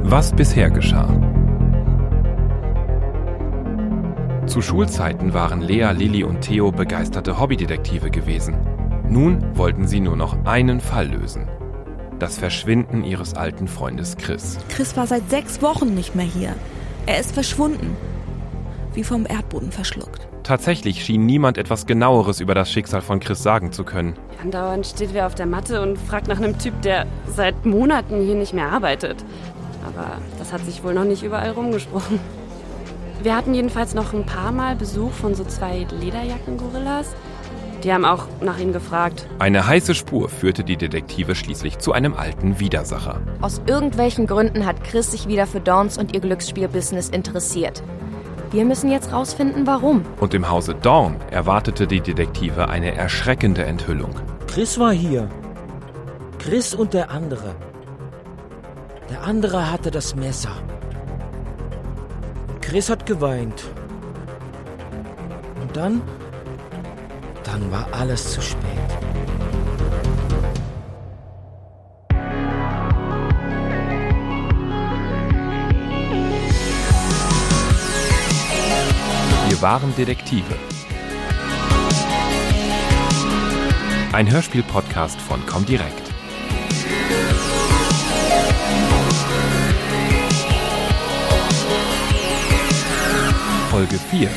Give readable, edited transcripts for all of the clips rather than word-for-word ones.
Was bisher geschah. Zu Schulzeiten waren Lea, Lilly und Theo begeisterte Hobbydetektive gewesen. Nun wollten sie nur noch einen Fall lösen. Das Verschwinden ihres alten Freundes Chris. Chris war seit 6 Wochen nicht mehr hier. Er ist verschwunden. Wie vom Erdboden verschluckt. Tatsächlich schien niemand etwas Genaueres über das Schicksal von Chris sagen zu können. Andauernd steht wer auf der Matte und fragt nach einem Typ, der seit Monaten hier nicht mehr arbeitet. Aber das hat sich wohl noch nicht überall rumgesprochen. Wir hatten jedenfalls noch ein paar Mal Besuch von so 2 Lederjacken-Gorillas. Die haben auch nach ihm gefragt. Eine heiße Spur führte die Detektive schließlich zu einem alten Widersacher. Aus irgendwelchen Gründen hat Chris sich wieder für Dawns und ihr Glücksspielbusiness interessiert. Wir müssen jetzt rausfinden, warum. Und im Hause Dawn erwartete die Detektive eine erschreckende Enthüllung. Chris war hier. Chris und der andere. Der andere hatte das Messer. Chris hat geweint. Und dann war alles zu spät. Wir waren Detektive. Ein Hörspiel-Podcast von Comdirect. Folge 4.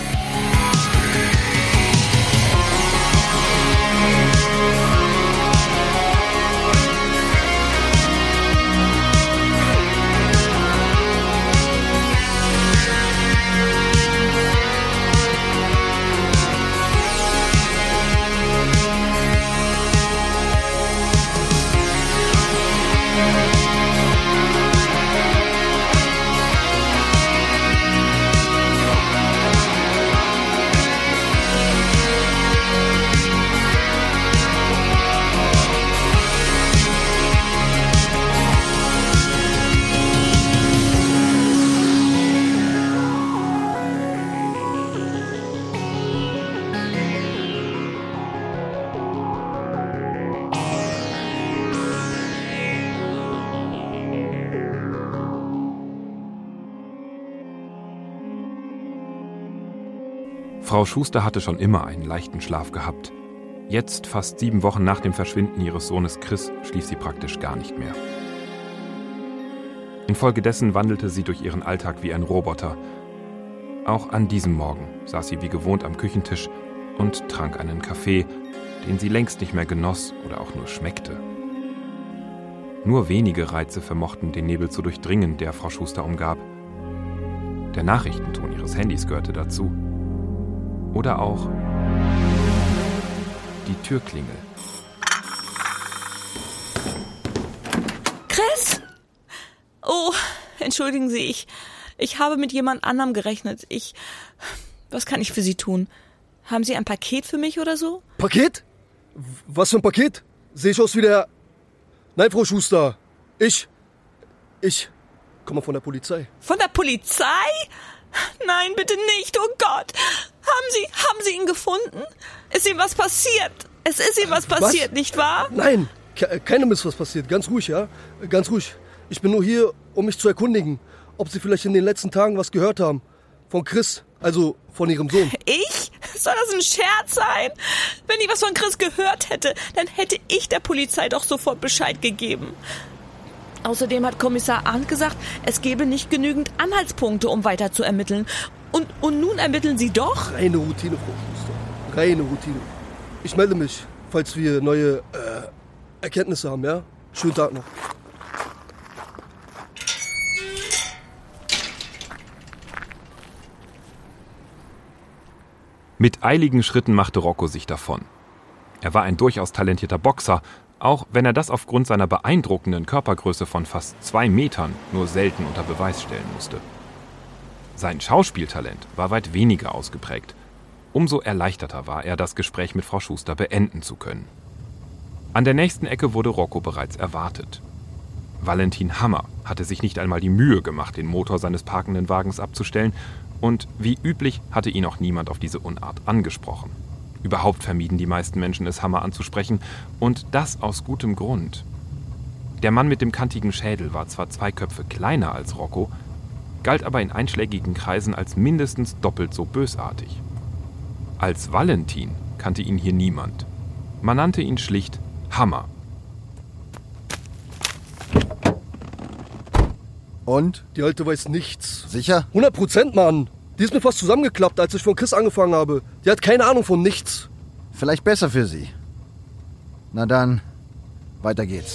Frau Schuster hatte schon immer einen leichten Schlaf gehabt. Jetzt, fast 7 Wochen nach dem Verschwinden ihres Sohnes Chris, schlief sie praktisch gar nicht mehr. Infolgedessen wandelte sie durch ihren Alltag wie ein Roboter. Auch an diesem Morgen saß sie wie gewohnt am Küchentisch und trank einen Kaffee, den sie längst nicht mehr genoss oder auch nur schmeckte. Nur wenige Reize vermochten den Nebel zu durchdringen, der Frau Schuster umgab. Der Nachrichtenton ihres Handys gehörte dazu. Oder auch die Türklingel. Chris? Oh, entschuldigen Sie, ich habe mit jemand anderem gerechnet. Was kann ich für Sie tun? Haben Sie ein Paket für mich oder so? Paket? Was für ein Paket? Sehe ich aus wie der... Nein, Frau Schuster. Ich komme von der Polizei. Von der Polizei? Nein, bitte nicht, oh Gott. Haben Sie ihn gefunden? Ist ihm was passiert? Es ist ihm was passiert, nicht wahr? Nein, keinem ist was passiert. Ganz ruhig, ja? Ganz ruhig. Ich bin nur hier, um mich zu erkundigen, ob Sie vielleicht in den letzten Tagen was gehört haben. Von Chris, also von Ihrem Sohn. Ich? Soll das ein Scherz sein? Wenn ich was von Chris gehört hätte, dann hätte ich der Polizei doch sofort Bescheid gegeben. Außerdem hat Kommissar Arndt gesagt, es gebe nicht genügend Anhaltspunkte, um weiter zu ermitteln. Und nun ermitteln Sie doch? Reine Routine, Frau Schuster. Reine Routine. Ich melde mich, falls wir neue Erkenntnisse haben, ja? Schönen Tag noch. Mit eiligen Schritten machte Rocco sich davon. Er war ein durchaus talentierter Boxer, auch wenn er das aufgrund seiner beeindruckenden Körpergröße von fast 2 Metern nur selten unter Beweis stellen musste. Sein Schauspieltalent war weit weniger ausgeprägt. Umso erleichterter war er, das Gespräch mit Frau Schuster beenden zu können. An der nächsten Ecke wurde Rocco bereits erwartet. Valentin Hammer hatte sich nicht einmal die Mühe gemacht, den Motor seines parkenden Wagens abzustellen, und wie üblich hatte ihn auch niemand auf diese Unart angesprochen. Überhaupt vermieden die meisten Menschen es, Hammer anzusprechen, und das aus gutem Grund. Der Mann mit dem kantigen Schädel war zwar 2 Köpfe kleiner als Rocco, galt aber in einschlägigen Kreisen als mindestens doppelt so bösartig. Als Valentin kannte ihn hier niemand. Man nannte ihn schlicht Hammer. Und? Die Alte weiß nichts. Sicher? 100%, Mann. Die ist mir fast zusammengeklappt, als ich von Chris angefangen habe. Die hat keine Ahnung von nichts. Vielleicht besser für Sie. Na dann, weiter geht's.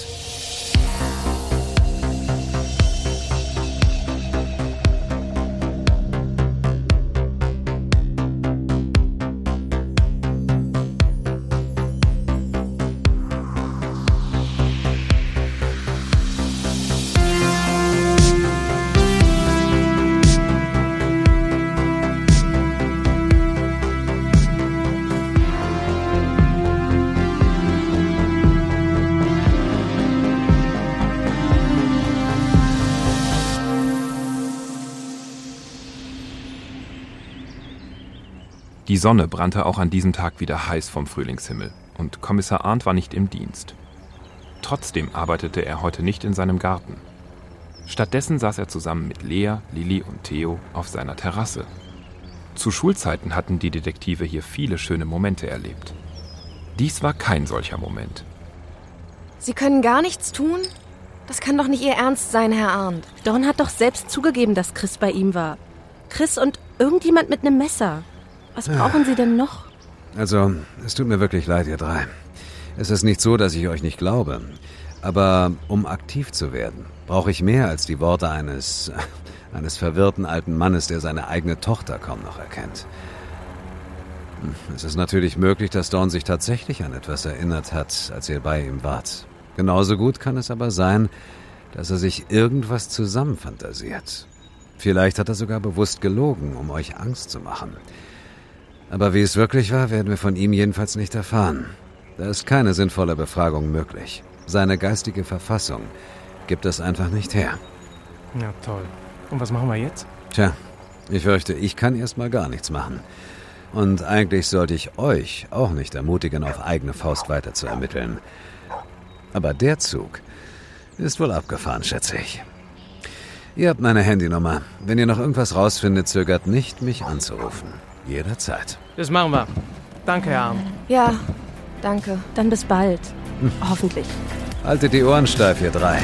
Die Sonne brannte auch an diesem Tag wieder heiß vom Frühlingshimmel und Kommissar Arndt war nicht im Dienst. Trotzdem arbeitete er heute nicht in seinem Garten. Stattdessen saß er zusammen mit Lea, Lilli und Theo auf seiner Terrasse. Zu Schulzeiten hatten die Detektive hier viele schöne Momente erlebt. Dies war kein solcher Moment. Sie können gar nichts tun? Das kann doch nicht Ihr Ernst sein, Herr Arndt. Dawn hat doch selbst zugegeben, dass Chris bei ihm war. Chris und irgendjemand mit einem Messer. Was brauchen Sie denn noch? Also, es tut mir wirklich leid, ihr 3. Es ist nicht so, dass ich euch nicht glaube. Aber um aktiv zu werden, brauche ich mehr als die Worte eines verwirrten alten Mannes, der seine eigene Tochter kaum noch erkennt. Es ist natürlich möglich, dass Dawn sich tatsächlich an etwas erinnert hat, als ihr bei ihm wart. Genauso gut kann es aber sein, dass er sich irgendwas zusammenfantasiert. Vielleicht hat er sogar bewusst gelogen, um euch Angst zu machen. Aber wie es wirklich war, werden wir von ihm jedenfalls nicht erfahren. Da ist keine sinnvolle Befragung möglich. Seine geistige Verfassung gibt es einfach nicht her. Ja, toll. Und was machen wir jetzt? Tja, ich fürchte, ich kann erstmal gar nichts machen. Und eigentlich sollte ich euch auch nicht ermutigen, auf eigene Faust weiter zu ermitteln. Aber der Zug ist wohl abgefahren, schätze ich. Ihr habt meine Handynummer. Wenn ihr noch irgendwas rausfindet, zögert nicht, mich anzurufen. Jederzeit. Das machen wir. Danke, Herr Arndt. Ja, danke. Dann bis bald. Hoffentlich. Haltet die Ohren steif, ihr 3.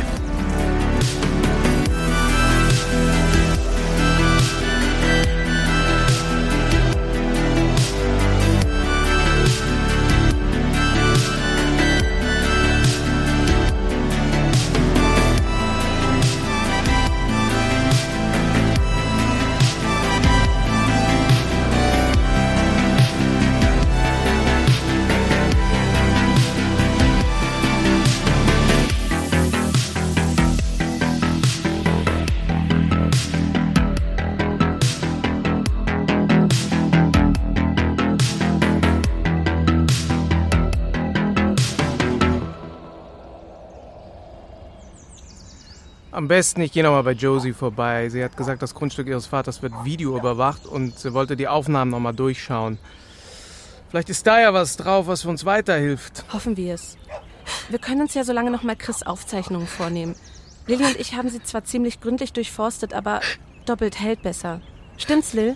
Am besten, ich gehe nochmal bei Josie vorbei. Sie hat gesagt, das Grundstück ihres Vaters wird videoüberwacht und sie wollte die Aufnahmen nochmal durchschauen. Vielleicht ist da ja was drauf, was für uns weiterhilft. Hoffen wir es. Wir können uns ja so lange nochmal Chris' Aufzeichnungen vornehmen. Lilli und ich haben sie zwar ziemlich gründlich durchforstet, aber doppelt hält besser. Stimmt's, Lil?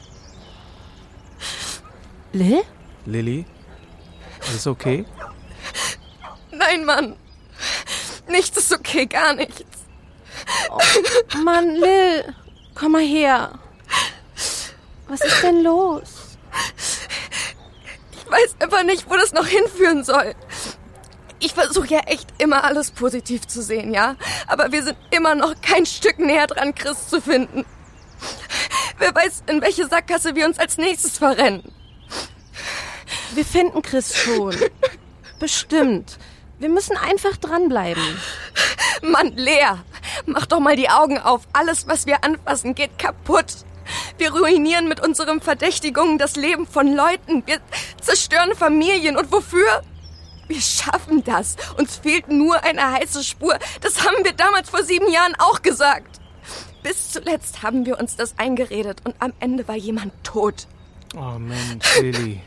Lil? Lilli? Alles okay? Nein, Mann. Nichts ist okay, gar nichts. Oh, Mann, Lil, komm mal her. Was ist denn los? Ich weiß einfach nicht, wo das noch hinführen soll. Ich versuche ja echt immer alles positiv zu sehen, ja? Aber wir sind immer noch kein Stück näher dran, Chris zu finden. Wer weiß, in welche Sackgasse wir uns als nächstes verrennen. Wir finden Chris schon. Bestimmt. Wir müssen einfach dranbleiben. Mann, Lea, mach doch mal die Augen auf. Alles, was wir anfassen, geht kaputt. Wir ruinieren mit unseren Verdächtigungen das Leben von Leuten. Wir zerstören Familien. Und wofür? Wir schaffen das. Uns fehlt nur eine heiße Spur. Das haben wir damals vor 7 Jahren auch gesagt. Bis zuletzt haben wir uns das eingeredet und am Ende war jemand tot. Oh Mensch, Lilli.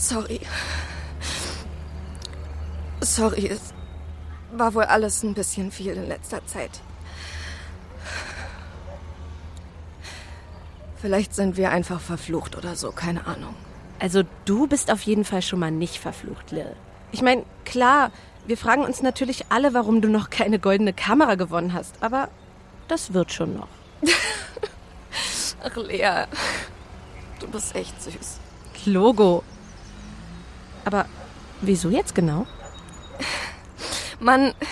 Sorry. Sorry, es war wohl alles ein bisschen viel in letzter Zeit. Vielleicht sind wir einfach verflucht oder so, keine Ahnung. Also du bist auf jeden Fall schon mal nicht verflucht, Lil. Ich meine, klar, wir fragen uns natürlich alle, warum du noch keine goldene Kamera gewonnen hast. Aber das wird schon noch. Ach, Lea, du bist echt süß. Logo. Aber wieso jetzt genau? Mann,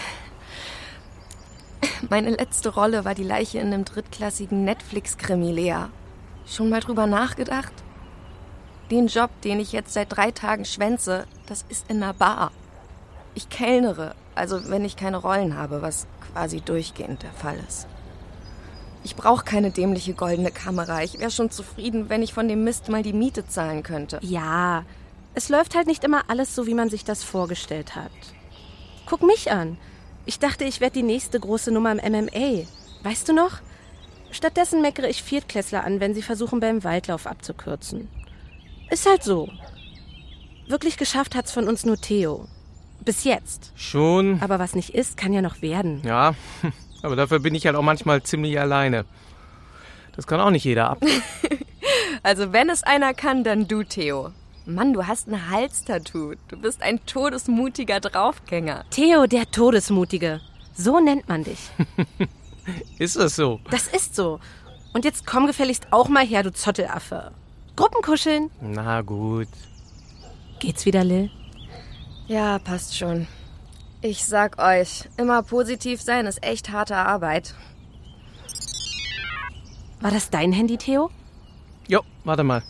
meine letzte Rolle war die Leiche in einem drittklassigen Netflix-Krimi, Lea. Schon mal drüber nachgedacht? Den Job, den ich jetzt seit 3 Tagen schwänze, das ist in einer Bar. Ich kellnere, also wenn ich keine Rollen habe, was quasi durchgehend der Fall ist. Ich brauche keine dämliche goldene Kamera. Ich wäre schon zufrieden, wenn ich von dem Mist mal die Miete zahlen könnte. Ja, es läuft halt nicht immer alles so, wie man sich das vorgestellt hat. Guck mich an. Ich dachte, ich werde die nächste große Nummer im MMA. Weißt du noch? Stattdessen meckere ich Viertklässler an, wenn sie versuchen, beim Waldlauf abzukürzen. Ist halt so. Wirklich geschafft hat's von uns nur Theo. Bis jetzt. Schon. Aber was nicht ist, kann ja noch werden. Ja, aber dafür bin ich halt auch manchmal ziemlich alleine. Das kann auch nicht jeder ab. Also wenn es einer kann, dann du, Theo. Mann, du hast ein Halstattoo. Du bist ein todesmutiger Draufgänger. Theo, der Todesmutige. So nennt man dich. Ist das so? Das ist so. Und jetzt komm gefälligst auch mal her, du Zottelaffe. Gruppenkuscheln. Na gut. Geht's wieder, Lil? Ja, passt schon. Ich sag euch, immer positiv sein ist echt harte Arbeit. War das dein Handy, Theo? Jo, warte mal.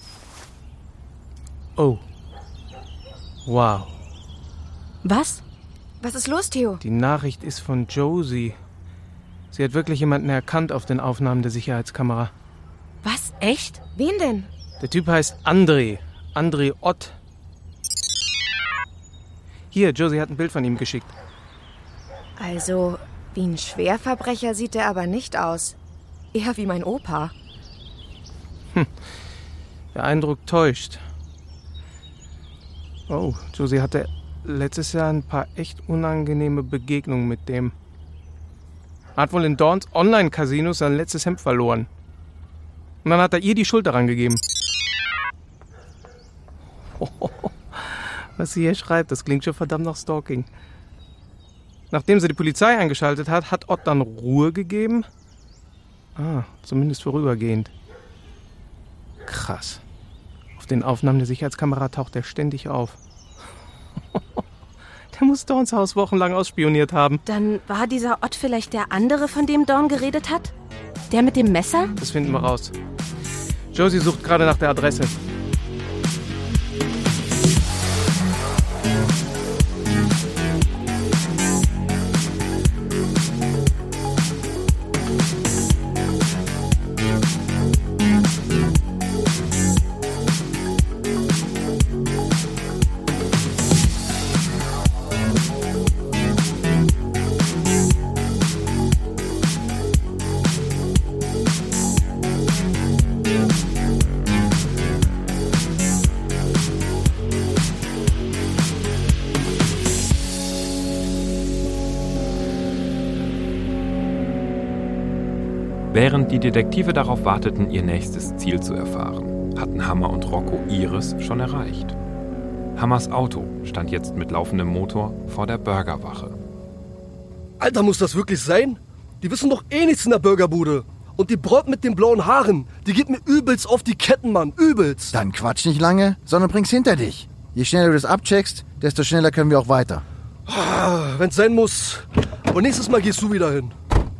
Oh. Wow. Was? Was ist los, Theo? Die Nachricht ist von Josie. Sie hat wirklich jemanden erkannt auf den Aufnahmen der Sicherheitskamera. Was? Echt? Wen denn? Der Typ heißt André. André Ott. Hier, Josie hat ein Bild von ihm geschickt. Also, wie ein Schwerverbrecher sieht er aber nicht aus. Eher wie mein Opa. Der Eindruck täuscht. Oh, Josie hatte letztes Jahr ein paar echt unangenehme Begegnungen mit dem. Er hat wohl in Dorns Online-Casinos sein letztes Hemd verloren. Und dann hat er ihr die Schuld daran gegeben. Was sie hier schreibt, das klingt schon verdammt nach Stalking. Nachdem sie die Polizei eingeschaltet hat, hat Ott dann Ruhe gegeben? Ah, zumindest vorübergehend. Krass. Auf den Aufnahmen der Sicherheitskamera taucht er ständig auf. Der muss Dorns Haus wochenlang ausspioniert haben. Dann war dieser Ott vielleicht der andere, von dem Dorn geredet hat? Der mit dem Messer? Das finden wir raus. Josie sucht gerade nach der Adresse. Während die Detektive darauf warteten, ihr nächstes Ziel zu erfahren, hatten Hammer und Rocco Iris schon erreicht. Hammers Auto stand jetzt mit laufendem Motor vor der Burgerwache. Alter, muss das wirklich sein? Die wissen doch eh nichts in der Burgerbude. Und die Braut mit den blauen Haaren, die geht mir übelst auf die Ketten, Mann. Übelst. Dann quatsch nicht lange, sondern bring's hinter dich. Je schneller du das abcheckst, desto schneller können wir auch weiter. Wenn's sein muss. Aber nächstes Mal gehst du wieder hin.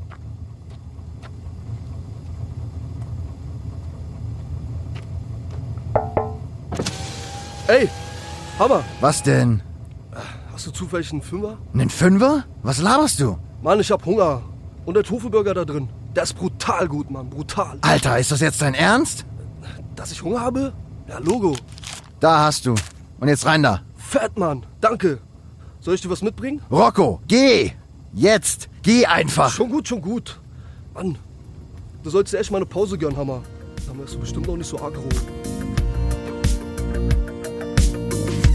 Ey, Hammer. Was denn? Hast du zufällig einen Fünfer? Einen Fünfer? Was laberst du? Mann, ich hab Hunger. Und der Tofu-Burger da drin, der ist brutal gut, Mann. Brutal. Alter, ist das jetzt dein Ernst? Dass ich Hunger habe? Ja, Logo. Da hast du. Und jetzt rein da. Fett, Mann. Danke. Soll ich dir was mitbringen? Rocco, geh! Jetzt! Geh einfach! Schon gut, schon gut. Mann, du sollst dir echt mal eine Pause gönnen, Hammer. Dann wirst du bestimmt noch nicht so aggro.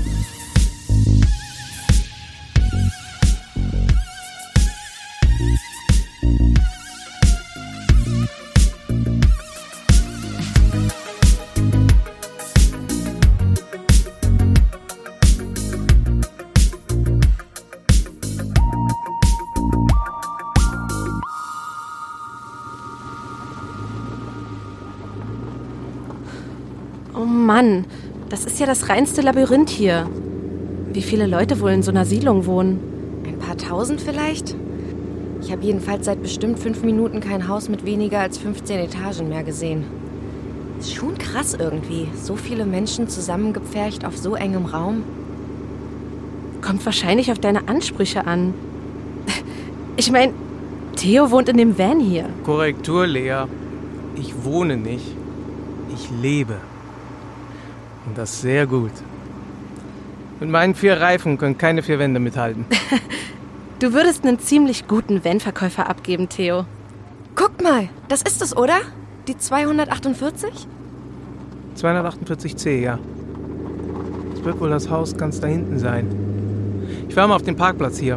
Oh Mann, das ist ja das reinste Labyrinth hier. Wie viele Leute wohl in so einer Siedlung wohnen? Ein paar tausend vielleicht? Ich habe jedenfalls seit bestimmt 5 Minuten kein Haus mit weniger als 15 Etagen mehr gesehen. Ist schon krass irgendwie. So viele Menschen zusammengepfercht auf so engem Raum. Kommt wahrscheinlich auf deine Ansprüche an. Ich meine, Theo wohnt in dem Van hier. Korrektur, Lea. Ich wohne nicht. Ich lebe. Und das sehr gut. Mit meinen 4 Reifen können keine 4 Wände mithalten. Du würdest einen ziemlich guten Van-Verkäufer abgeben, Theo. Guck mal, das ist es, oder? Die 248? 248C, ja. Es wird wohl das Haus ganz da hinten sein. Ich fahre mal auf den Parkplatz hier.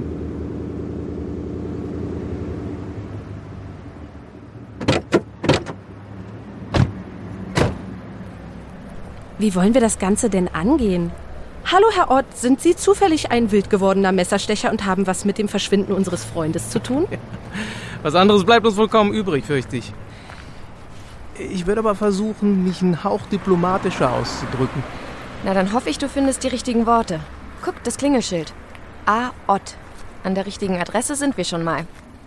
Wie wollen wir das Ganze denn angehen? Hallo, Herr Ott, sind Sie zufällig ein wild gewordener Messerstecher und haben was mit dem Verschwinden unseres Freundes zu tun? Was anderes bleibt uns wohl kaum übrig, fürchte ich. Ich würde aber versuchen, mich einen Hauch diplomatischer auszudrücken. Na, dann hoffe ich, du findest die richtigen Worte. Guck, das Klingelschild. A. Ott. An der richtigen Adresse sind wir schon mal.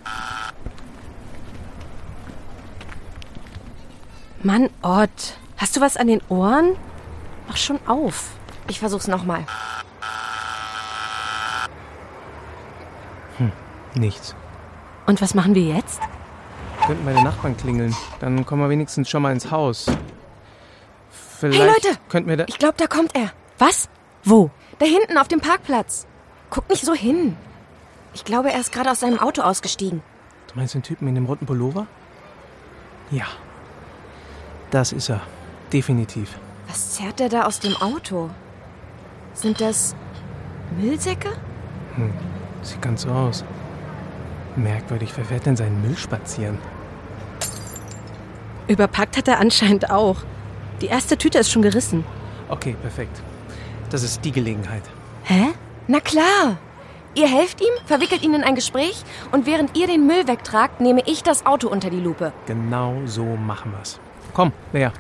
Mann, Ott, hast du was an den Ohren? Mach schon auf. Ich versuch's nochmal. Nichts. Und was machen wir jetzt? Könnten meine Nachbarn klingeln. Dann kommen wir wenigstens schon mal ins Haus. Vielleicht hey Leute, könnten wir da... ich glaube, da kommt er. Was? Wo? Da hinten auf dem Parkplatz. Guck nicht so hin. Ich glaube, er ist gerade aus seinem Auto ausgestiegen. Du meinst den Typen in dem roten Pullover? Ja. Das ist er. Definitiv. Was zerrt der da aus dem Auto? Sind das Müllsäcke? Sieht ganz so aus. Merkwürdig, wer fährt denn seinen Müll spazieren? Überpackt hat er anscheinend auch. Die erste Tüte ist schon gerissen. Okay, perfekt. Das ist die Gelegenheit. Hä? Na klar. Ihr helft ihm, verwickelt ihn in ein Gespräch und während ihr den Müll wegtragt, nehme ich das Auto unter die Lupe. Genau so machen wir's. Komm, Lea.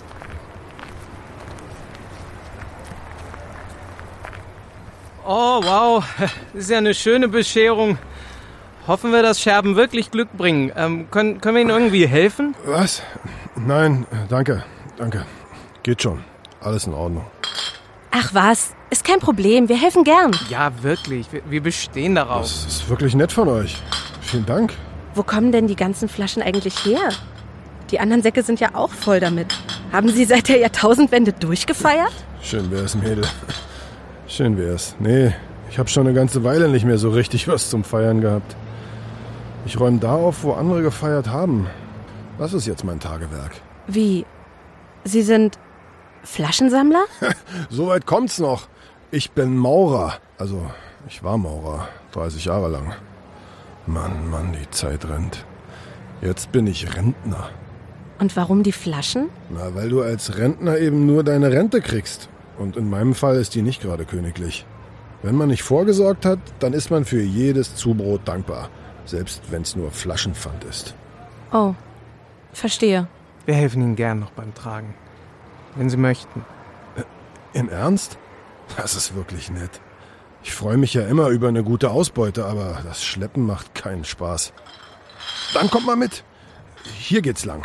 Oh, wow. Das ist ja eine schöne Bescherung. Hoffen wir, dass Scherben wirklich Glück bringen. Können wir Ihnen irgendwie helfen? Was? Nein, danke. Geht schon. Alles in Ordnung. Ach was, ist kein Problem. Wir helfen gern. Ja, wirklich. Wir bestehen darauf. Das ist wirklich nett von euch. Vielen Dank. Wo kommen denn die ganzen Flaschen eigentlich her? Die anderen Säcke sind ja auch voll damit. Haben Sie seit der Jahrtausendwende durchgefeiert? Schön wär's, Mädel. Schön wär's. Nee, ich habe schon eine ganze Weile nicht mehr so richtig was zum Feiern gehabt. Ich räume da auf, wo andere gefeiert haben. Das ist jetzt mein Tagewerk. Wie? Sie sind Flaschensammler? Soweit kommt's noch. Ich bin Maurer. Also, ich war Maurer. 30 Jahre lang. Mann, die Zeit rennt. Jetzt bin ich Rentner. Und warum die Flaschen? Na, weil du als Rentner eben nur deine Rente kriegst. Und in meinem Fall ist die nicht gerade königlich. Wenn man nicht vorgesorgt hat, dann ist man für jedes Zubrot dankbar. Selbst wenn es nur Flaschenpfand ist. Oh, verstehe. Wir helfen Ihnen gern noch beim Tragen. Wenn Sie möchten. Im Ernst? Das ist wirklich nett. Ich freue mich ja immer über eine gute Ausbeute, aber das Schleppen macht keinen Spaß. Dann kommt mal mit. Hier geht's lang.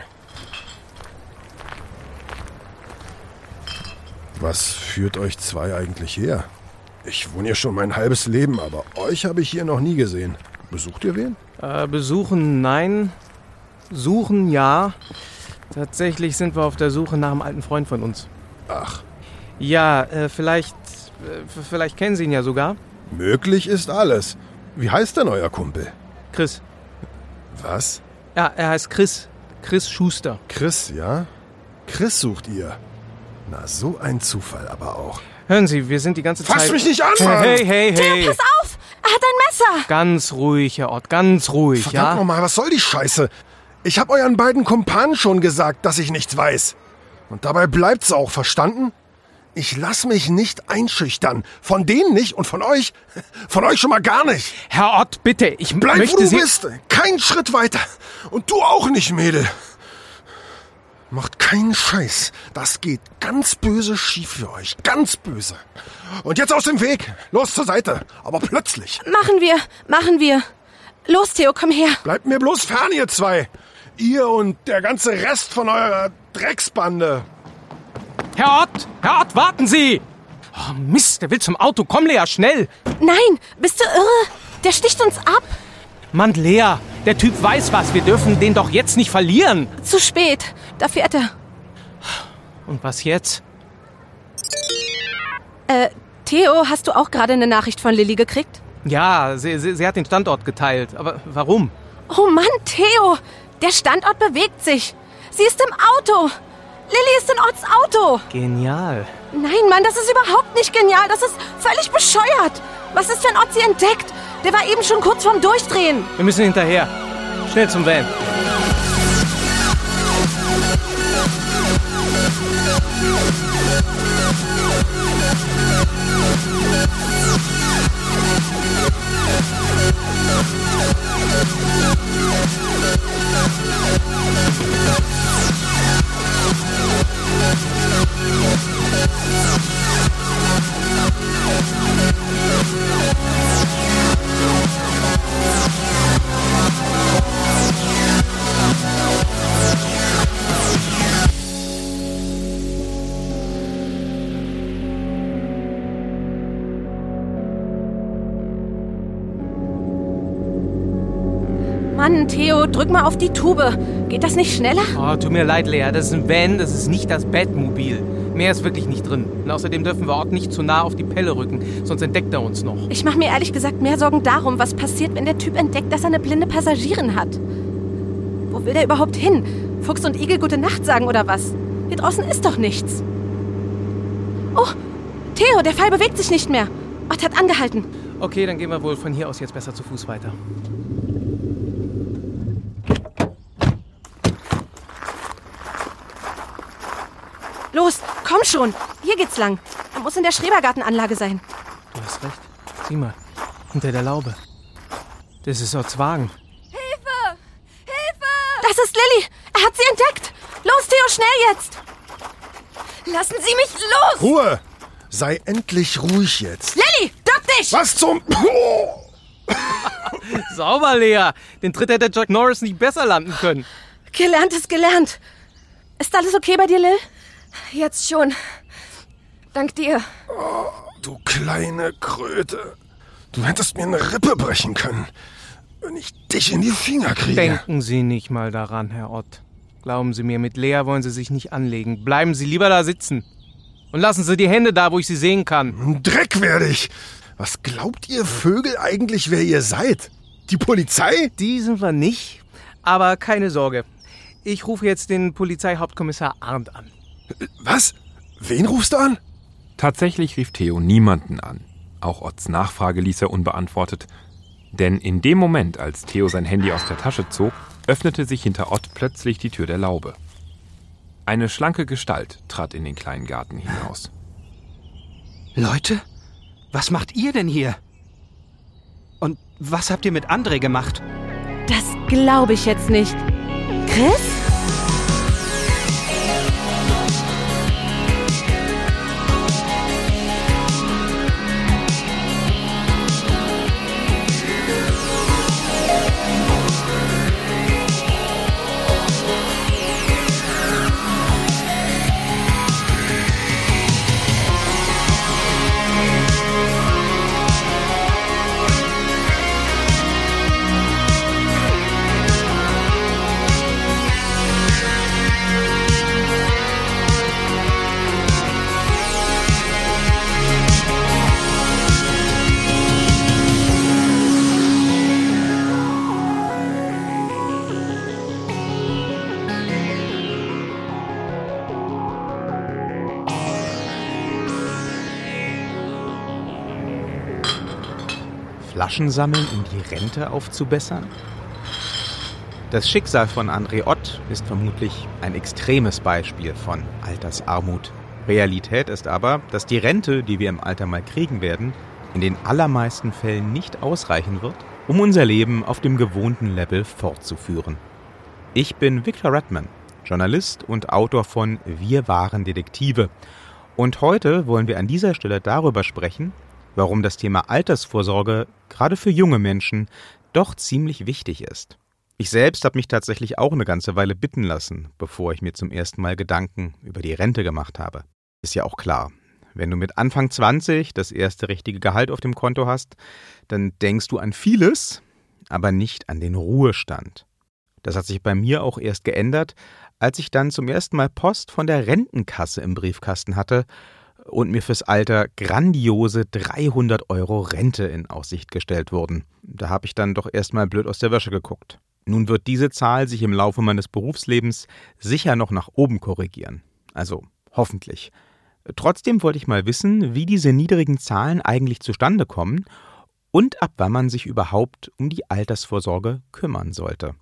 Was führt euch zwei eigentlich her? Ich wohne hier schon mein halbes Leben, aber euch habe ich hier noch nie gesehen. Besucht ihr wen? Besuchen nein. Suchen ja. Tatsächlich sind wir auf der Suche nach einem alten Freund von uns. Ach. Ja, vielleicht kennen Sie ihn ja sogar. Möglich ist alles. Wie heißt denn euer Kumpel? Chris. Was? Ja, er heißt Chris. Chris Schuster. Chris, ja? Chris sucht ihr. Na, so ein Zufall aber auch. Hören Sie, wir sind die ganze Zeit... Fass mich nicht an, Mann! Hey! Theo, pass auf! Er hat ein Messer! Ganz ruhig, Herr Ott, ganz ruhig, Verdammt ja? nochmal, was soll die Scheiße? Ich habe euren beiden Kumpanen schon gesagt, dass ich nichts weiß. Und dabei bleibt's auch, verstanden? Ich lass mich nicht einschüchtern. Von denen nicht und von euch schon mal gar nicht. Herr Ott, bitte, ich Bleib, möchte wo du Sie... bist. Keinen Schritt weiter. Und du auch nicht, Mädel. Macht keinen Scheiß. Das geht ganz böse schief für euch. Ganz böse. Und jetzt aus dem Weg. Los zur Seite. Aber plötzlich. Machen wir. Los, Theo, komm her. Bleibt mir bloß fern, ihr zwei. Ihr und der ganze Rest von eurer Drecksbande. Herr Ott, warten Sie! Oh, Mist, der will zum Auto. Komm, Lea, schnell! Nein, bist du irre? Der sticht uns ab. Mann, Lea, der Typ weiß was. Wir dürfen den doch jetzt nicht verlieren. Zu spät. Da fährt er. Und was jetzt? Theo, hast du auch gerade eine Nachricht von Lilly gekriegt? Ja, sie hat den Standort geteilt. Aber warum? Oh Mann, Theo! Der Standort bewegt sich. Sie ist im Auto. Lilly ist in Otts Auto. Genial. Nein, Mann, das ist überhaupt nicht genial. Das ist völlig bescheuert. Was ist, wenn Ott sie entdeckt? Der war eben schon kurz vorm Durchdrehen. Wir müssen hinterher. Schnell zum Van. Mann, Theo, drück mal auf die Tube. Geht das nicht schneller? Oh, tut mir leid, Lea. Das ist ein Van, das ist nicht das Batmobil. Mehr ist wirklich nicht drin. Und außerdem dürfen wir Ott nicht zu nah auf die Pelle rücken, sonst entdeckt er uns noch. Ich mache mir ehrlich gesagt mehr Sorgen darum, was passiert, wenn der Typ entdeckt, dass er eine blinde Passagierin hat. Wo will der überhaupt hin? Fuchs und Igel gute Nacht sagen oder was? Hier draußen ist doch nichts. Oh, Theo, der Pfeil bewegt sich nicht mehr. Ott hat angehalten. Okay, dann gehen wir wohl von hier aus jetzt besser zu Fuß weiter. Los, komm schon. Hier geht's lang. Er muss in der Schrebergartenanlage sein. Du hast recht. Sieh mal, hinter der Laube. Das ist Otts Wagen. Hilfe! Das ist Lilly. Er hat sie entdeckt. Los, Theo, schnell jetzt. Lassen Sie mich los. Ruhe! Sei endlich ruhig jetzt. Lilly, duck dich! Was zum... Sauber, Lea. Den Tritt hätte Jack Norris nicht besser landen können. Gelernt ist gelernt. Ist alles okay bei dir, Lil? Jetzt schon. Dank dir. Oh, du kleine Kröte. Du hättest mir eine Rippe brechen können, wenn ich dich in die Finger kriege. Denken Sie nicht mal daran, Herr Ott. Glauben Sie mir, mit Lea wollen Sie sich nicht anlegen. Bleiben Sie lieber da sitzen. Und lassen Sie die Hände da, wo ich sie sehen kann. Dreck werde ich. Was glaubt ihr Vögel eigentlich, wer ihr seid? Die Polizei? Die sind wir nicht. Aber keine Sorge. Ich rufe jetzt den Polizeihauptkommissar Arndt an. Was? Wen rufst du an? Tatsächlich rief Theo niemanden an. Auch Otts Nachfrage ließ er unbeantwortet. Denn in dem Moment, als Theo sein Handy aus der Tasche zog, öffnete sich hinter Ott plötzlich die Tür der Laube. Eine schlanke Gestalt trat in den kleinen Garten hinaus. Leute, was macht ihr denn hier? Und was habt ihr mit André gemacht? Das glaube ich jetzt nicht. Chris? Flaschen sammeln, um die Rente aufzubessern? Das Schicksal von André Ott ist vermutlich ein extremes Beispiel von Altersarmut. Realität ist aber, dass die Rente, die wir im Alter mal kriegen werden, in den allermeisten Fällen nicht ausreichen wird, um unser Leben auf dem gewohnten Level fortzuführen. Ich bin Victor Redman Journalist und Autor von Wir waren Detektive. Und heute wollen wir an dieser Stelle darüber sprechen, warum das Thema Altersvorsorge gerade für junge Menschen doch ziemlich wichtig ist. Ich selbst habe mich tatsächlich auch eine ganze Weile bitten lassen, bevor ich mir zum ersten Mal Gedanken über die Rente gemacht habe. Ist ja auch klar, wenn du mit Anfang 20 das erste richtige Gehalt auf dem Konto hast, dann denkst du an vieles, aber nicht an den Ruhestand. Das hat sich bei mir auch erst geändert, als ich dann zum ersten Mal Post von der Rentenkasse im Briefkasten hatte und mir fürs Alter grandiose 300 € Rente in Aussicht gestellt wurden. Da habe ich dann doch erst mal blöd aus der Wäsche geguckt. Nun wird diese Zahl sich im Laufe meines Berufslebens sicher noch nach oben korrigieren. Also hoffentlich. Trotzdem wollte ich mal wissen, wie diese niedrigen Zahlen eigentlich zustande kommen und ab wann man sich überhaupt um die Altersvorsorge kümmern sollte.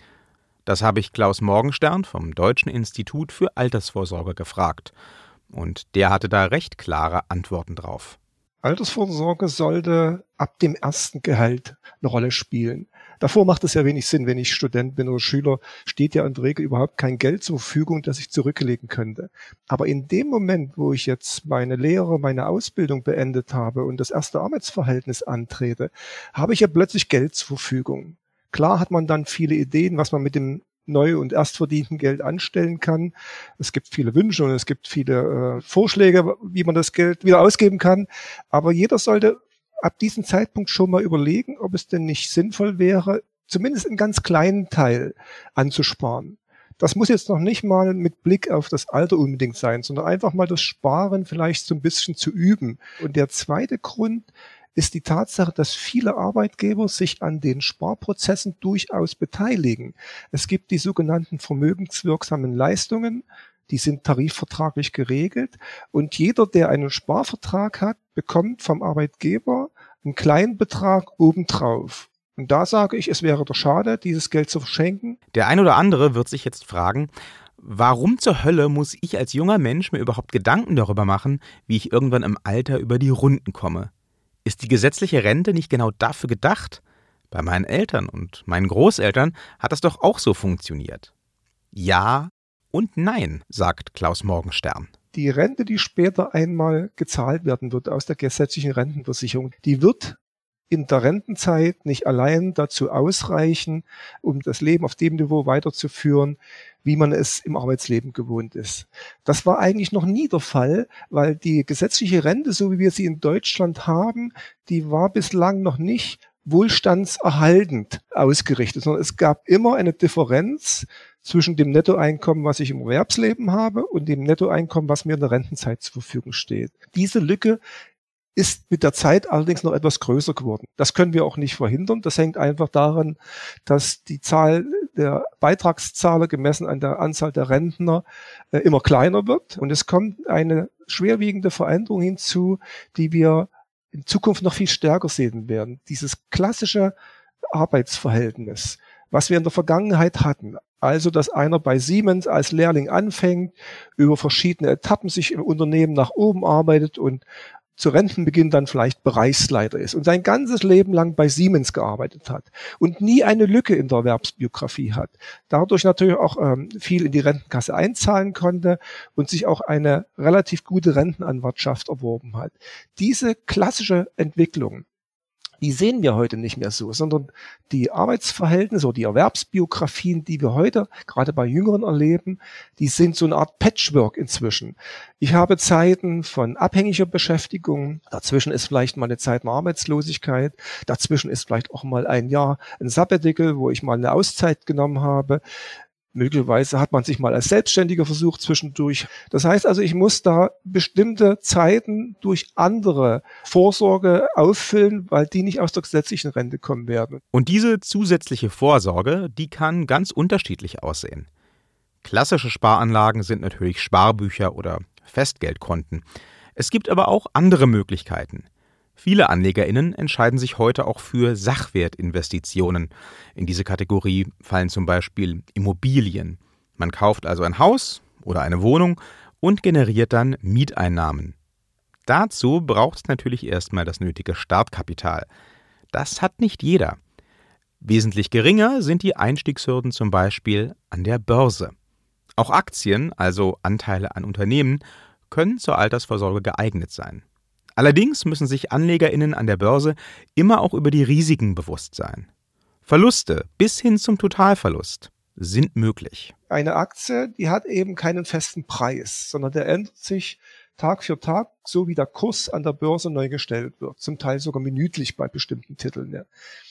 Das habe ich Klaus Morgenstern vom Deutschen Institut für Altersvorsorge gefragt. Und der hatte da recht klare Antworten drauf. Altersvorsorge sollte ab dem ersten Gehalt eine Rolle spielen. Davor macht es ja wenig Sinn, wenn ich Student bin oder Schüler, steht ja in der Regel überhaupt kein Geld zur Verfügung, das ich zurücklegen könnte. Aber in dem Moment, wo ich jetzt meine Lehre, meine Ausbildung beendet habe und das erste Arbeitsverhältnis antrete, habe ich ja plötzlich Geld zur Verfügung. Klar hat man dann viele Ideen, was man mit dem neu und erst verdienten Geld anstellen kann. Es gibt viele Wünsche und es gibt viele Vorschläge, wie man das Geld wieder ausgeben kann. Aber jeder sollte ab diesem Zeitpunkt schon mal überlegen, ob es denn nicht sinnvoll wäre, zumindest einen ganz kleinen Teil anzusparen. Das muss jetzt noch nicht mal mit Blick auf das Alter unbedingt sein, sondern einfach mal das Sparen vielleicht so ein bisschen zu üben. Und der zweite Grund ist die Tatsache, dass viele Arbeitgeber sich an den Sparprozessen durchaus beteiligen. Es gibt die sogenannten vermögenswirksamen Leistungen, die sind tarifvertraglich geregelt und jeder, der einen Sparvertrag hat, bekommt vom Arbeitgeber einen kleinen Betrag obendrauf. Und da sage ich, es wäre doch schade, dieses Geld zu verschenken. Der ein oder andere wird sich jetzt fragen, warum zur Hölle muss ich als junger Mensch mir überhaupt Gedanken darüber machen, wie ich irgendwann im Alter über die Runden komme? Ist die gesetzliche Rente nicht genau dafür gedacht? Bei meinen Eltern und meinen Großeltern hat das doch auch so funktioniert. Ja und nein, sagt Klaus Morgenstern. Die Rente, die später einmal gezahlt werden wird aus der gesetzlichen Rentenversicherung, die wird in der Rentenzeit nicht allein dazu ausreichen, um das Leben auf dem Niveau weiterzuführen, wie man es im Arbeitsleben gewohnt ist. Das war eigentlich noch nie der Fall, weil die gesetzliche Rente, so wie wir sie in Deutschland haben, die war bislang noch nicht wohlstandserhaltend ausgerichtet, sondern es gab immer eine Differenz zwischen dem Nettoeinkommen, was ich im Erwerbsleben habe, und dem Nettoeinkommen, was mir in der Rentenzeit zur Verfügung steht. Diese Lücke ist mit der Zeit allerdings noch etwas größer geworden. Das können wir auch nicht verhindern. Das hängt einfach daran, dass die Zahl der Beitragszahler gemessen an der Anzahl der Rentner immer kleiner wird. Und es kommt eine schwerwiegende Veränderung hinzu, die wir in Zukunft noch viel stärker sehen werden. Dieses klassische Arbeitsverhältnis, was wir in der Vergangenheit hatten. Also, dass einer bei Siemens als Lehrling anfängt, über verschiedene Etappen sich im Unternehmen nach oben arbeitet und zu Rentenbeginn dann vielleicht Bereichsleiter ist und sein ganzes Leben lang bei Siemens gearbeitet hat und nie eine Lücke in der Erwerbsbiografie hat. Dadurch natürlich auch viel in die Rentenkasse einzahlen konnte und sich auch eine relativ gute Rentenanwartschaft erworben hat. Diese klassische Entwicklung, die sehen wir heute nicht mehr so, sondern die Arbeitsverhältnisse oder die Erwerbsbiografien, die wir heute gerade bei Jüngeren erleben, die sind so eine Art Patchwork inzwischen. Ich habe Zeiten von abhängiger Beschäftigung, dazwischen ist vielleicht mal eine Zeit der Arbeitslosigkeit, dazwischen ist vielleicht auch mal ein Jahr ein Sabbatical, wo ich mal eine Auszeit genommen habe. Möglicherweise hat man sich mal als Selbstständiger versucht zwischendurch. Das heißt also, ich muss da bestimmte Zeiten durch andere Vorsorge auffüllen, weil die nicht aus der gesetzlichen Rente kommen werden. Und diese zusätzliche Vorsorge, die kann ganz unterschiedlich aussehen. Klassische Sparanlagen sind natürlich Sparbücher oder Festgeldkonten. Es gibt aber auch andere Möglichkeiten. Viele AnlegerInnen entscheiden sich heute auch für Sachwertinvestitionen. In diese Kategorie fallen zum Beispiel Immobilien. Man kauft also ein Haus oder eine Wohnung und generiert dann Mieteinnahmen. Dazu braucht es natürlich erstmal das nötige Startkapital. Das hat nicht jeder. Wesentlich geringer sind die Einstiegshürden zum Beispiel an der Börse. Auch Aktien, also Anteile an Unternehmen, können zur Altersvorsorge geeignet sein. Allerdings müssen sich AnlegerInnen an der Börse immer auch über die Risiken bewusst sein. Verluste bis hin zum Totalverlust sind möglich. Eine Aktie, die hat eben keinen festen Preis, sondern der ändert sich Tag für Tag, so wie der Kurs an der Börse neu gestellt wird, zum Teil sogar minütlich bei bestimmten Titeln. Ja.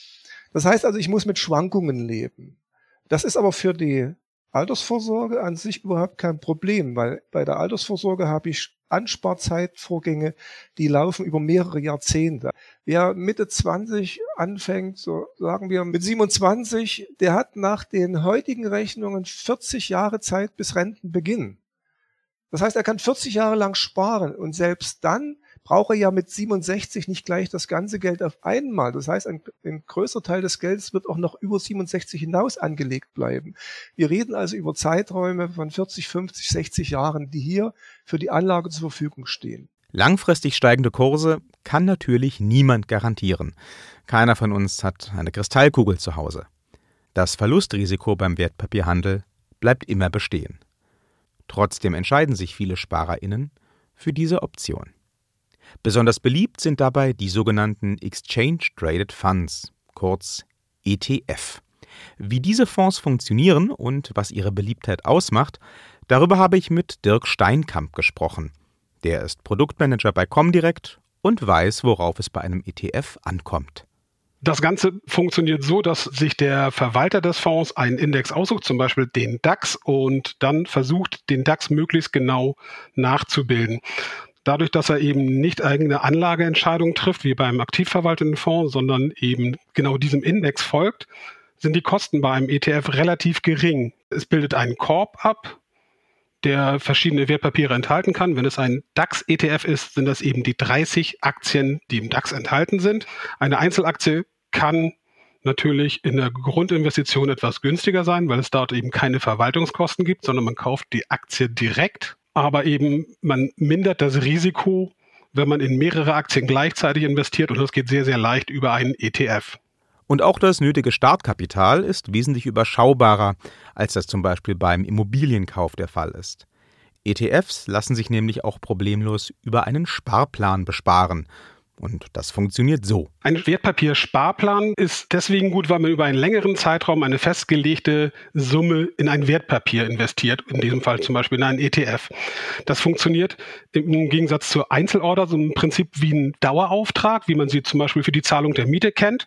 Das heißt also, ich muss mit Schwankungen leben. Das ist aber für die Altersvorsorge an sich überhaupt kein Problem, weil bei der Altersvorsorge habe ich Ansparzeitvorgänge, die laufen über mehrere Jahrzehnte. Wer Mitte 20 anfängt, so sagen wir mit 27, der hat nach den heutigen Rechnungen 40 Jahre Zeit bis Rentenbeginn. Das heißt, er kann 40 Jahre lang sparen und selbst dann braucht er ja mit 67 nicht gleich das ganze Geld auf einmal. Das heißt, ein größerer Teil des Geldes wird auch noch über 67 hinaus angelegt bleiben. Wir reden also über Zeiträume von 40, 50, 60 Jahren, die hier für die Anlage zur Verfügung stehen. Langfristig steigende Kurse kann natürlich niemand garantieren. Keiner von uns hat eine Kristallkugel zu Hause. Das Verlustrisiko beim Wertpapierhandel bleibt immer bestehen. Trotzdem entscheiden sich viele SparerInnen für diese Option. Besonders beliebt sind dabei die sogenannten Exchange Traded Funds, kurz ETF. Wie diese Fonds funktionieren und was ihre Beliebtheit ausmacht, darüber habe ich mit Dirk Steinkamp gesprochen. Der ist Produktmanager bei Comdirect und weiß, worauf es bei einem ETF ankommt. Das Ganze funktioniert so, dass sich der Verwalter des Fonds einen Index aussucht, zum Beispiel den DAX, und dann versucht, den DAX möglichst genau nachzubilden. Dadurch, dass er eben nicht eigene Anlageentscheidungen trifft, wie beim aktiv verwalteten Fonds, sondern eben genau diesem Index folgt, sind die Kosten bei einem ETF relativ gering. Es bildet einen Korb ab, der verschiedene Wertpapiere enthalten kann. Wenn es ein DAX-ETF ist, sind das eben die 30 Aktien, die im DAX enthalten sind. Eine Einzelaktie kann natürlich in der Grundinvestition etwas günstiger sein, weil es dort eben keine Verwaltungskosten gibt, sondern man kauft die Aktie direkt. Aber eben man mindert das Risiko, wenn man in mehrere Aktien gleichzeitig investiert, und das geht sehr, sehr leicht über einen ETF. Und auch das nötige Startkapital ist wesentlich überschaubarer, als das zum Beispiel beim Immobilienkauf der Fall ist. ETFs lassen sich nämlich auch problemlos über einen Sparplan besparen. Und das funktioniert so. Ein Wertpapiersparplan ist deswegen gut, weil man über einen längeren Zeitraum eine festgelegte Summe in ein Wertpapier investiert, in diesem Fall zum Beispiel in einen ETF. Das funktioniert im Gegensatz zur Einzelorder so im Prinzip wie ein Dauerauftrag, wie man sie zum Beispiel für die Zahlung der Miete kennt.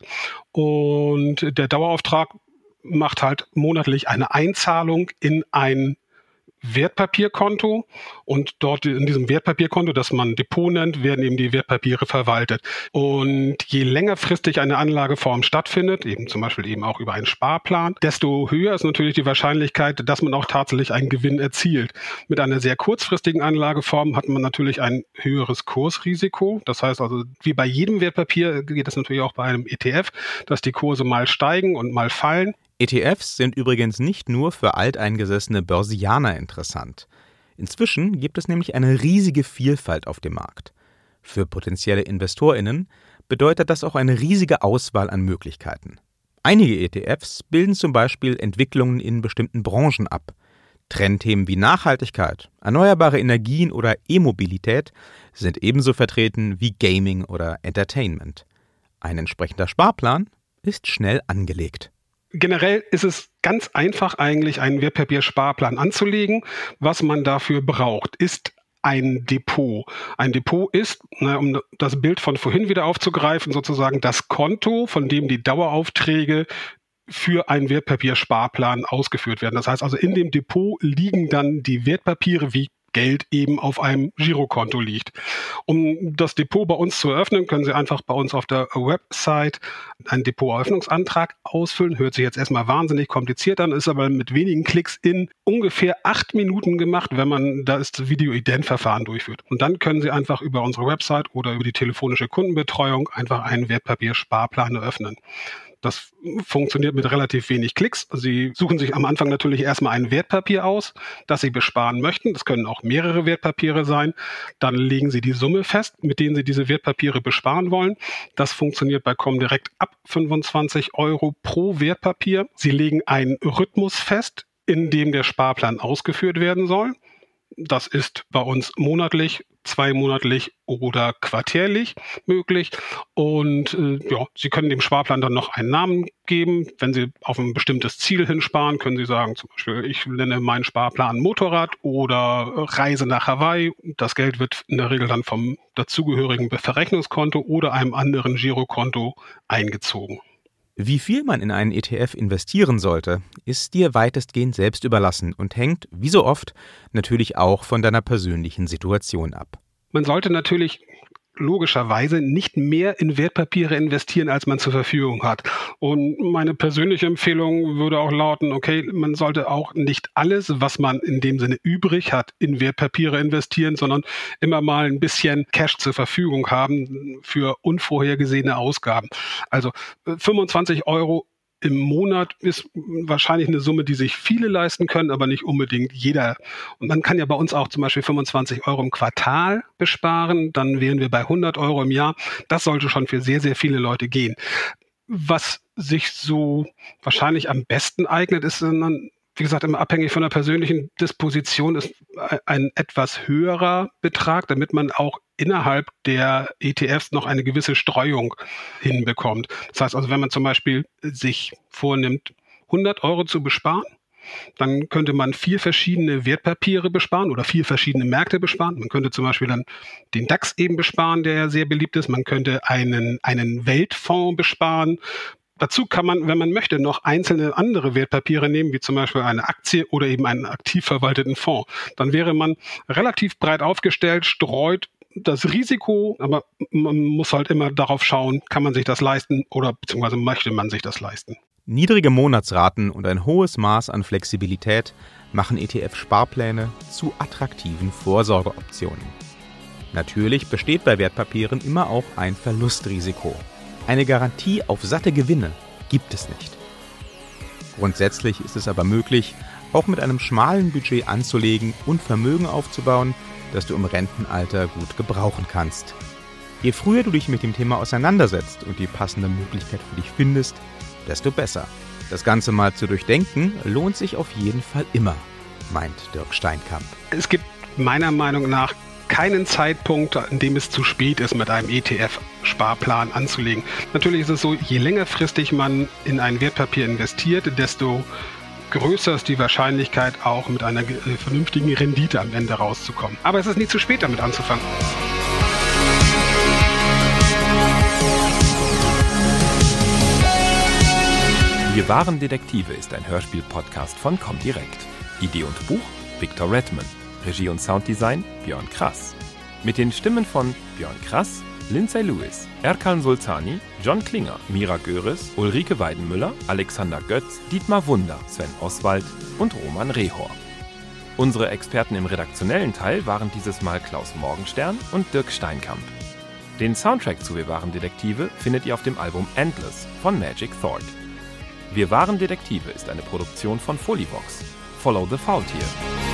Und der Dauerauftrag macht halt monatlich eine Einzahlung in ein Wertpapierkonto, und dort in diesem Wertpapierkonto, das man Depot nennt, werden eben die Wertpapiere verwaltet. Und je längerfristig eine Anlageform stattfindet, eben zum Beispiel eben auch über einen Sparplan, desto höher ist natürlich die Wahrscheinlichkeit, dass man auch tatsächlich einen Gewinn erzielt. Mit einer sehr kurzfristigen Anlageform hat man natürlich ein höheres Kursrisiko. Das heißt also, wie bei jedem Wertpapier geht es natürlich auch bei einem ETF, dass die Kurse mal steigen und mal fallen. ETFs sind übrigens nicht nur für alteingesessene Börsianer interessant. Inzwischen gibt es nämlich eine riesige Vielfalt auf dem Markt. Für potenzielle InvestorInnen bedeutet das auch eine riesige Auswahl an Möglichkeiten. Einige ETFs bilden zum Beispiel Entwicklungen in bestimmten Branchen ab. Trendthemen wie Nachhaltigkeit, erneuerbare Energien oder E-Mobilität sind ebenso vertreten wie Gaming oder Entertainment. Ein entsprechender Sparplan ist schnell angelegt. Generell ist es ganz einfach eigentlich, einen Wertpapiersparplan anzulegen. Was man dafür braucht, ist ein Depot. Ein Depot ist, um das Bild von vorhin wieder aufzugreifen, sozusagen das Konto, von dem die Daueraufträge für einen Wertpapiersparplan ausgeführt werden. Das heißt also, in dem Depot liegen dann die Wertpapiere, wie Geld eben auf einem Girokonto liegt. Um das Depot bei uns zu eröffnen, können Sie einfach bei uns auf der Website einen Depoteröffnungsantrag ausfüllen. Hört sich jetzt erstmal wahnsinnig kompliziert an, ist aber mit wenigen Klicks in ungefähr 8 Minuten gemacht, wenn man das Video-Ident-Verfahren durchführt. Und dann können Sie einfach über unsere Website oder über die telefonische Kundenbetreuung einfach einen Wertpapiersparplan eröffnen. Das funktioniert mit relativ wenig Klicks. Sie suchen sich am Anfang natürlich erstmal ein Wertpapier aus, das Sie besparen möchten. Das können auch mehrere Wertpapiere sein. Dann legen Sie die Summe fest, mit denen Sie diese Wertpapiere besparen wollen. Das funktioniert bei Comdirect ab 25 € pro Wertpapier. Sie legen einen Rhythmus fest, in dem der Sparplan ausgeführt werden soll. Das ist bei uns monatlich, zweimonatlich oder quartärlich möglich. Und Sie können dem Sparplan dann noch einen Namen geben. Wenn Sie auf ein bestimmtes Ziel hinsparen, können Sie sagen, zum Beispiel, ich nenne meinen Sparplan Motorrad oder Reise nach Hawaii. Das Geld wird in der Regel dann vom dazugehörigen Verrechnungskonto oder einem anderen Girokonto eingezogen. Wie viel man in einen ETF investieren sollte, ist dir weitestgehend selbst überlassen und hängt, wie so oft, natürlich auch von deiner persönlichen Situation ab. Man sollte natürlich logischerweise nicht mehr in Wertpapiere investieren, als man zur Verfügung hat. Und meine persönliche Empfehlung würde auch lauten, okay, man sollte auch nicht alles, was man in dem Sinne übrig hat, in Wertpapiere investieren, sondern immer mal ein bisschen Cash zur Verfügung haben für unvorhergesehene Ausgaben. Also 25 € im Monat ist wahrscheinlich eine Summe, die sich viele leisten können, aber nicht unbedingt jeder. Und man kann ja bei uns auch zum Beispiel 25 € im Quartal besparen. Dann wären wir bei 100 € im Jahr. Das sollte schon für sehr, sehr viele Leute gehen. Was sich so wahrscheinlich am besten eignet, ist dann, wie gesagt, immer abhängig von der persönlichen Disposition, ist ein etwas höherer Betrag, damit man auch innerhalb der ETFs noch eine gewisse Streuung hinbekommt. Das heißt also, wenn man zum Beispiel sich vornimmt, 100 € zu besparen, dann könnte man 4 verschiedene Wertpapiere besparen oder 4 verschiedene Märkte besparen. Man könnte zum Beispiel dann den DAX eben besparen, der ja sehr beliebt ist. Man könnte einen Weltfonds besparen. Dazu kann man, wenn man möchte, noch einzelne andere Wertpapiere nehmen, wie zum Beispiel eine Aktie oder eben einen aktiv verwalteten Fonds. Dann wäre man relativ breit aufgestellt, streut das Risiko, aber man muss halt immer darauf schauen, kann man sich das leisten oder beziehungsweise möchte man sich das leisten. Niedrige Monatsraten und ein hohes Maß an Flexibilität machen ETF-Sparpläne zu attraktiven Vorsorgeoptionen. Natürlich besteht bei Wertpapieren immer auch ein Verlustrisiko. Eine Garantie auf satte Gewinne gibt es nicht. Grundsätzlich ist es aber möglich, auch mit einem schmalen Budget anzulegen und Vermögen aufzubauen, das du im Rentenalter gut gebrauchen kannst. Je früher du dich mit dem Thema auseinandersetzt und die passende Möglichkeit für dich findest, desto besser. Das Ganze mal zu durchdenken, lohnt sich auf jeden Fall immer, meint Dirk Steinkamp. Es gibt meiner Meinung nach keinen Zeitpunkt, an dem es zu spät ist, mit einem ETF-Sparplan anzulegen. Natürlich ist es so, je längerfristig man in ein Wertpapier investiert, desto größer ist die Wahrscheinlichkeit, auch mit einer vernünftigen Rendite am Ende rauszukommen. Aber es ist nie zu spät, damit anzufangen. Wir waren Detektive ist ein Hörspiel-Podcast von Comdirect. Idee und Buch Victor Redman. Regie und Sounddesign Björn Krass. Mit den Stimmen von Björn Krass, Lindsay Lewis, Erkan Sultani, John Klinger, Mira Göres, Ulrike Weidenmüller, Alexander Götz, Dietmar Wunder, Sven Oswald und Roman Rehor. Unsere Experten im redaktionellen Teil waren dieses Mal Klaus Morgenstern und Dirk Steinkamp. Den Soundtrack zu Wir waren Detektive findet ihr auf dem Album Endless von Magic Thought. Wir waren Detektive ist eine Produktion von Folivox. Follow the Faultier.